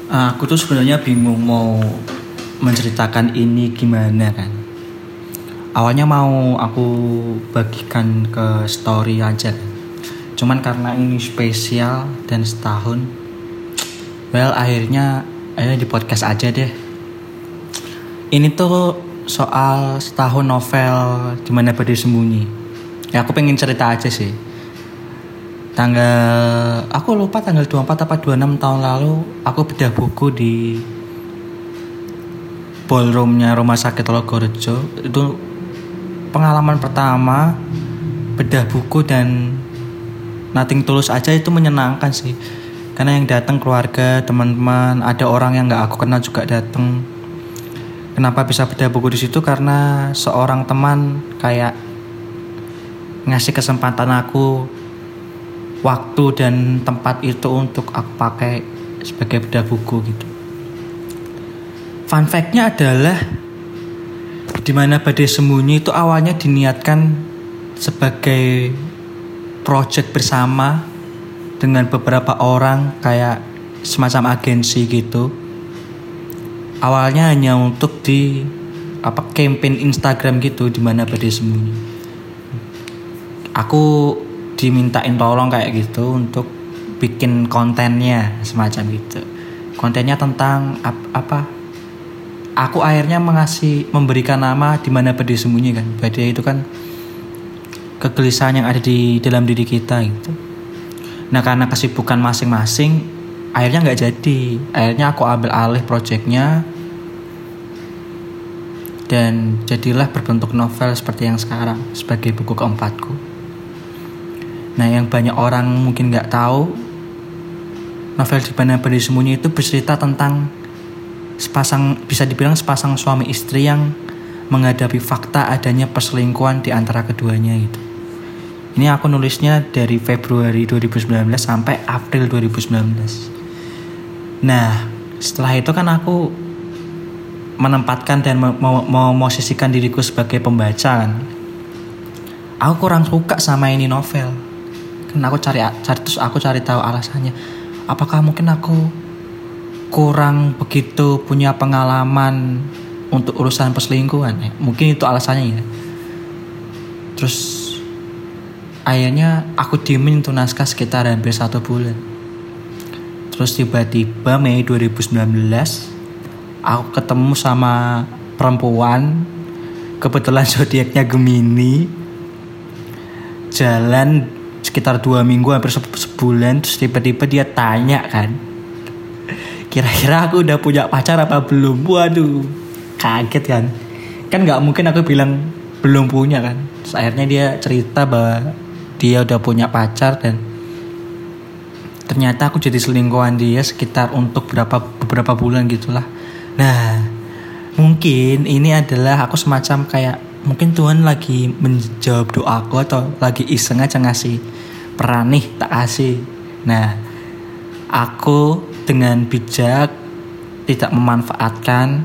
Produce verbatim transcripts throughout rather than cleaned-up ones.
Aku tuh sebenarnya bingung mau menceritakan ini gimana kan. Awalnya mau aku bagikan ke story aja kan. Cuman karena ini spesial dan setahun, well akhirnya ayo di podcast aja deh. Ini tuh soal setahun novel Dimana Badai Sembunyi. Ya aku pengen cerita aja sih. Tanggal aku lupa tanggal dua puluh empat apa dua puluh enam tahun lalu aku bedah buku di ballroomnya Rumah Sakit Logorejo. Itu pengalaman pertama bedah buku dan nothing tulus aja, itu menyenangkan sih. Karena yang datang keluarga, teman-teman, ada orang yang nggak aku kenal juga datang. Kenapa bisa bedah buku di situ? Karena seorang teman kayak ngasih kesempatan aku waktu dan tempat itu untuk aku pakai sebagai bedah buku gitu. Fun fact-nya adalah Dimana Badai Sembunyi itu awalnya diniatkan sebagai project bersama dengan beberapa orang kayak semacam agensi gitu. Awalnya hanya untuk di apa campaign Instagram gitu, Dimana Badai Sembunyi. Aku dimintain tolong kayak gitu untuk bikin kontennya semacam gitu. Kontennya tentang ap, apa? Aku akhirnya mengasih memberikan nama Dimana Badai Sembunyi kan. Badai itu kan kegelisahan yang ada di dalam diri kita gitu. Nah karena kesibukan masing-masing, akhirnya nggak jadi. Akhirnya aku ambil alih projectnya dan jadilah berbentuk novel seperti yang sekarang sebagai buku keempatku. Nah yang banyak orang mungkin gak tahu, novel Dimana Badai Sembunyi itu bercerita tentang sepasang, bisa dibilang sepasang suami istri yang menghadapi fakta adanya perselingkuhan di antara keduanya gitu. Ini aku nulisnya dari Februari dua ribu sembilan belas sampai April dua ribu sembilan belas. Nah setelah itu kan aku menempatkan dan memosisikan diriku sebagai pembaca kan. Aku kurang suka sama ini novel. Kan aku cari, cari terus aku cari tahu alasannya. Apakah mungkin aku kurang begitu punya pengalaman untuk urusan perselingkuhan ya? Mungkin itu alasannya ya. Terus akhirnya aku diemin tuh naskah sekitar hampir satu bulan. Terus tiba-tiba Mei dua ribu sembilan belas aku ketemu sama perempuan, kebetulan zodiaknya Gemini. Jalan sekitar dua minggu hampir sebulan, terus tiba-tiba dia tanya kan, kira-kira aku udah punya pacar apa belum? Waduh, kaget kan. Kan gak mungkin aku bilang belum punya kan. Terus akhirnya dia cerita bahwa dia udah punya pacar dan ternyata aku jadi selingkuhan dia sekitar untuk berapa beberapa bulan gitulah. Nah, mungkin ini adalah aku semacam kayak mungkin Tuhan lagi menjawab doaku atau lagi iseng aja ngasih peran nih, tak kasih. Nah, aku dengan bijak tidak memanfaatkan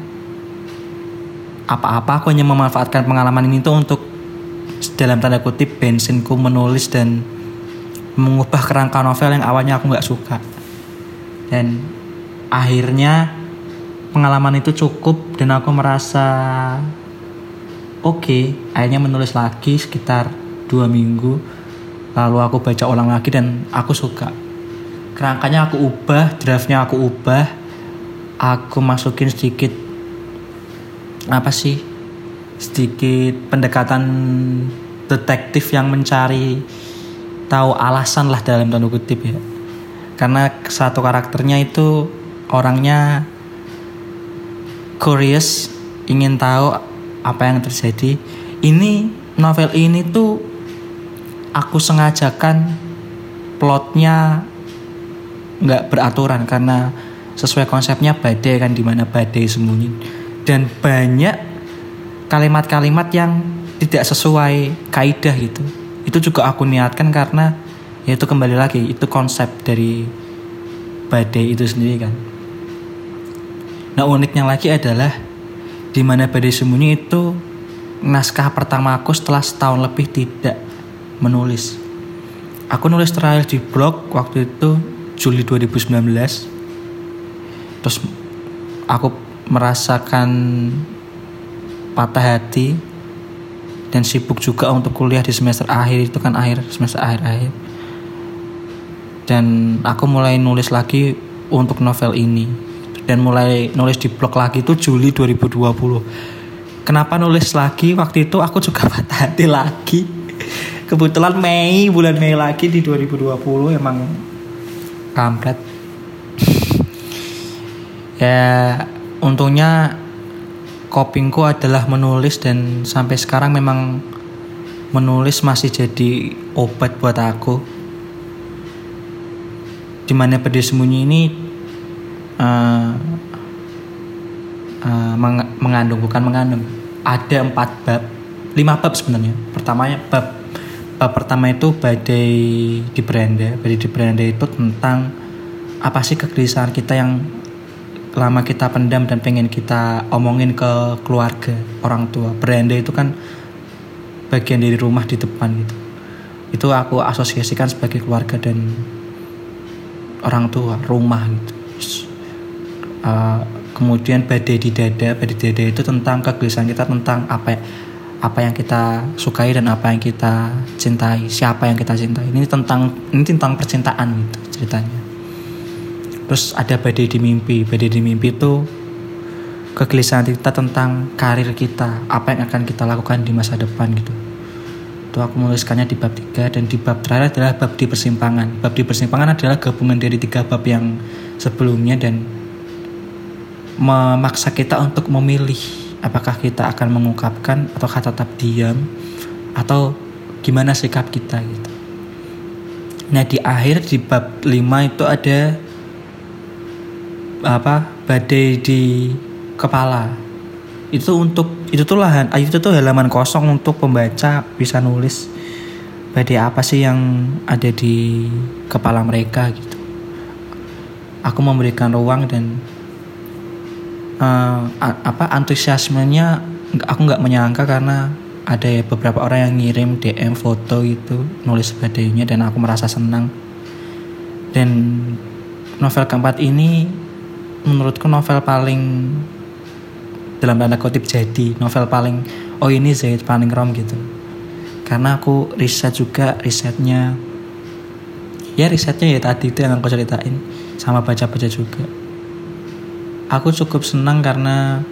apa-apa, aku hanya memanfaatkan pengalaman ini tuh untuk dalam tanda kutip bensinku menulis dan mengubah kerangka novel yang awalnya aku gak suka. Dan akhirnya pengalaman itu cukup dan aku merasa oke, okay. Akhirnya menulis lagi sekitar dua minggu. Lalu aku baca ulang lagi dan aku suka. Kerangkanya aku ubah, draftnya aku ubah. Aku masukin sedikit apa sih? Sedikit pendekatan detektif yang mencari tahu alasan lah dalam tanda kutip ya. Karena satu karakternya itu orangnya curious, ingin tahu apa yang terjadi. Ini novel ini tuh aku sengajakan plotnya nggak beraturan karena sesuai konsepnya badai kan, Dimana Badai Sembunyi, dan banyak kalimat-kalimat yang tidak sesuai kaidah gitu. Itu juga aku niatkan karena ya itu kembali lagi itu konsep dari badai itu sendiri kan. Nah uniknya lagi adalah Dimana Badai Sembunyi itu naskah pertama aku setelah setahun lebih tidak menulis. Aku nulis terakhir di blog waktu itu Juli dua ribu sembilan belas. terus aku merasakan patah hati dan sibuk juga untuk kuliah di semester akhir, itu kan akhir semester akhir-akhir. Dan aku mulai nulis lagi untuk novel ini, dan mulai nulis di blog lagi itu Juli dua ribu dua puluh. Kenapa nulis lagi? Waktu itu aku juga patah hati lagi. Kebetulan Mei, bulan Mei lagi di dua ribu dua puluh, emang kampret. Ya untungnya copingku adalah menulis, dan sampai sekarang memang menulis masih jadi obat buat aku. Dimana Badai Sembunyi ini uh, uh, meng- mengandung bukan mengandung ada empat bab, lima bab sebenarnya. Pertamanya bab bab pertama itu Badai di Beranda. Badai di Beranda itu tentang apa sih kegelisahan kita yang lama kita pendam dan pengen kita omongin ke keluarga, orang tua. Beranda itu kan bagian dari rumah di depan gitu. Itu aku asosiasikan sebagai keluarga dan orang tua, rumah gitu. Uh, kemudian Badai di Dada. Badai di Dada itu tentang kegelisahan kita, tentang apa apa yang kita sukai dan apa yang kita cintai, siapa yang kita cintai. Ini tentang ini tentang percintaan gitu ceritanya. Terus ada Badai di Mimpi. Badai di Mimpi itu kegelisahan kita tentang karir kita, apa yang akan kita lakukan di masa depan gitu. Itu aku menuliskannya di bab tiga, dan di bab terakhir adalah bab di persimpangan. Bab di persimpangan adalah gabungan dari tiga bab yang sebelumnya dan memaksa kita untuk memilih apakah kita akan mengungkapkan atau tetap diam atau gimana sikap kita gitu. Nah, di akhir di bab lima itu ada apa badai di kepala. Itu untuk itu tuh lahan itu tuh halaman kosong untuk pembaca bisa nulis badai apa sih yang ada di kepala mereka gitu. Aku memberikan ruang dan uh, apa antusiasmenya aku nggak menyangka, karena ada beberapa orang yang ngirim D M foto itu nulis badainya dan aku merasa senang. Dan novel keempat ini menurutku novel paling dalam tanda kutip jadi novel paling oh ini Zaid paling rom gitu, karena aku riset juga risetnya ya risetnya ya tadi itu yang aku ceritain, sama baca-baca juga. Aku cukup senang karena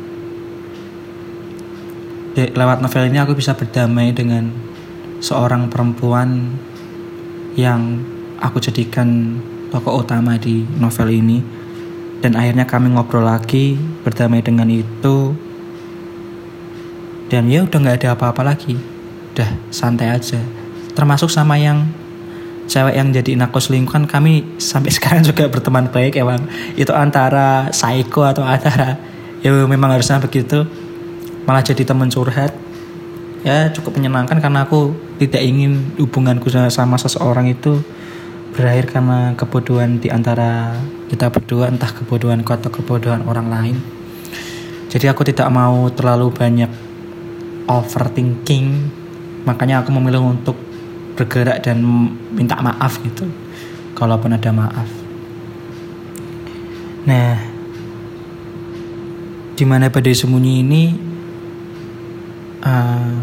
de, lewat novel ini aku bisa berdamai dengan seorang perempuan yang aku jadikan tokoh utama di novel ini. Dan akhirnya kami ngobrol lagi, berdamai dengan itu. Dan ya udah gak ada apa-apa lagi, udah santai aja. Termasuk sama yang cewek yang jadiin aku selingkuh, kan kami sampai sekarang juga berteman baik ya bang. Itu antara psycho atau antara ya memang harusnya begitu, malah jadi teman curhat. Ya cukup menyenangkan karena aku tidak ingin hubunganku sama seseorang itu berakhir karena kebodohan di antara kita berdua, entah kebodohanku atau kebodohan orang lain. Jadi aku tidak mau terlalu banyak overthinking, makanya aku memilih untuk bergerak dan minta maaf gitu, kalaupun ada maaf. Nah, di mana Badai Sembunyi ini uh,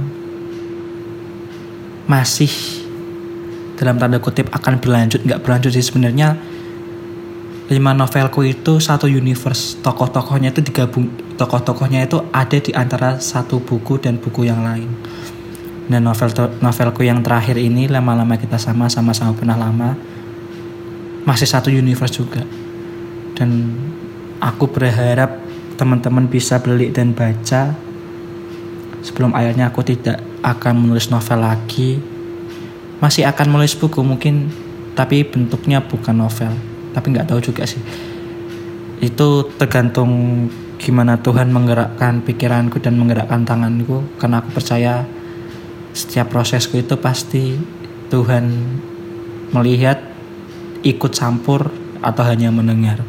masih dalam tanda kutip akan berlanjut, nggak berlanjut sih sebenarnya. Lima novelku itu satu universe, tokoh-tokohnya itu digabung, tokoh-tokohnya itu ada di antara satu buku dan buku yang lain. Dan novel novelku yang terakhir ini Lama-lama Kita Sama, Sama-sama Pernah Lama masih satu universe juga. Dan aku berharap teman-teman bisa beli dan baca sebelum akhirnya aku tidak akan menulis novel lagi. Masih akan menulis buku mungkin, tapi bentuknya bukan novel. Tapi nggak tahu juga sih. Itu tergantung gimana Tuhan menggerakkan pikiranku dan menggerakkan tanganku. Karena aku percaya setiap prosesku itu pasti Tuhan melihat, ikut campur atau hanya mendengar.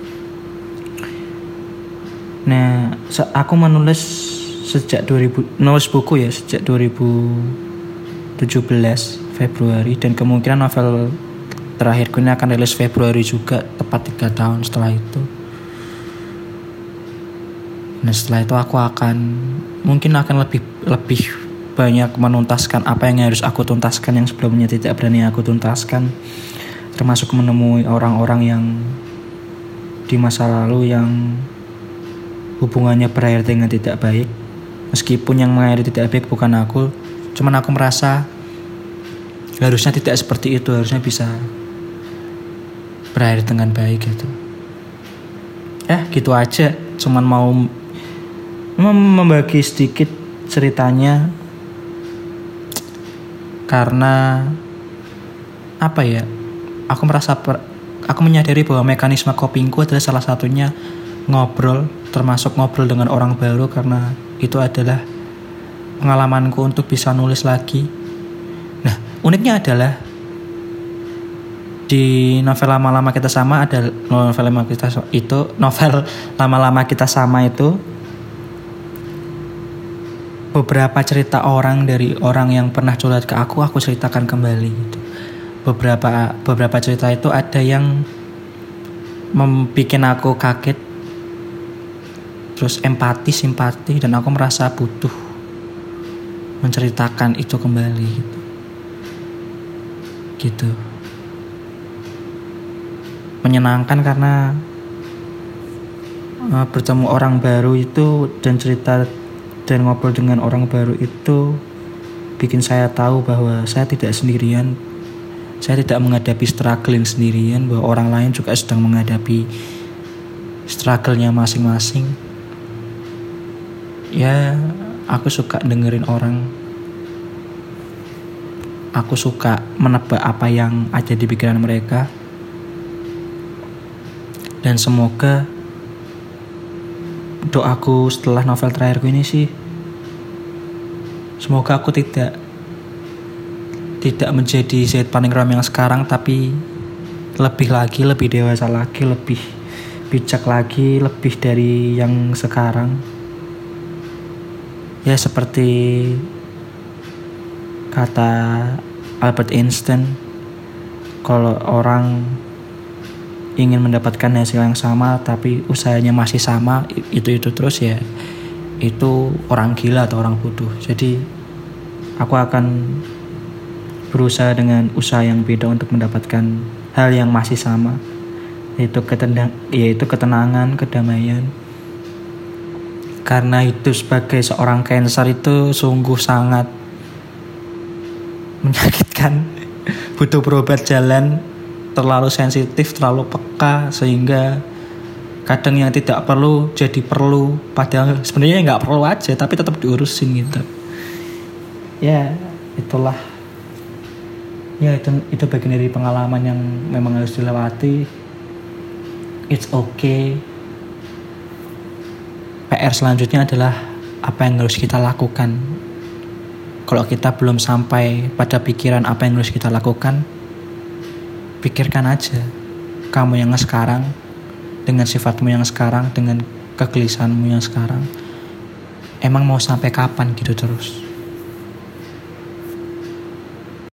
Nah, aku menulis sejak dua ribu nulis buku ya sejak dua ribu tujuh belas Februari, dan kemungkinan novel terakhirku ini akan rilis Februari juga, tepat tiga tahun setelah itu. Nah setelah itu aku akan mungkin akan lebih lebih banyak menuntaskan apa yang harus aku tuntaskan yang sebelumnya tidak berani aku tuntaskan, termasuk menemui orang-orang yang di masa lalu yang hubungannya berakhir dengan tidak baik. Meskipun yang mengakhiri tidak baik bukan aku, cuman aku merasa harusnya tidak seperti itu, harusnya bisa berakhir dengan baik gitu. Ya gitu aja, cuman mau membagi sedikit ceritanya karena apa ya, aku merasa per, aku menyadari bahwa mekanisme copingku adalah salah satunya ngobrol, termasuk ngobrol dengan orang baru, karena itu adalah pengalamanku untuk bisa nulis lagi. Nah uniknya adalah di novel lama-lama kita sama ada novel lama kita itu novel lama-lama kita sama itu beberapa cerita orang dari orang yang pernah curhat ke aku aku ceritakan kembali gitu. Beberapa beberapa cerita itu ada yang membuat aku kaget, terus empati, simpati, dan aku merasa butuh menceritakan itu kembali gitu. Gitu. Menyenangkan karena uh, bertemu orang baru itu dan cerita dan ngobrol dengan orang baru itu bikin saya tahu bahwa saya tidak sendirian. Saya tidak menghadapi struggling sendirian, bahwa orang lain juga sedang menghadapi struggle-nya masing-masing. Ya, aku suka dengerin orang. Aku suka menebak apa yang ada di pikiran mereka. Dan semoga doaku setelah novel terakhirku ini sih, semoga aku tidak tidak menjadi Zaid Paningram yang sekarang, tapi lebih lagi, lebih dewasa lagi, lebih bijak lagi, lebih dari yang sekarang. Ya seperti kata Albert Einstein, kalau orang ingin mendapatkan hasil yang sama tapi usahanya masih sama, itu-itu terus, ya itu orang gila atau orang bodoh. Jadi aku akan berusaha dengan usaha yang beda untuk mendapatkan hal yang masih sama, yaitu ketendang, yaitu ketenangan, kedamaian. Karena itu sebagai seorang Cancer itu sungguh sangat menyakitkan. Butuh berobat jalan, terlalu sensitif, terlalu peka, sehingga kadang yang tidak perlu jadi perlu, padahal sebenarnya nggak perlu aja tapi tetap diurusin gitu. Ya itulah, ya itu itu bagian dari pengalaman yang memang harus dilewati. It's okay. P R selanjutnya adalah apa yang harus kita lakukan. Kalau kita belum sampai pada pikiran apa yang harus kita lakukan, pikirkan aja kamu yang sekarang, dengan sifatmu yang sekarang, dengan kegelisahanmu yang sekarang, emang mau sampai kapan gitu terus?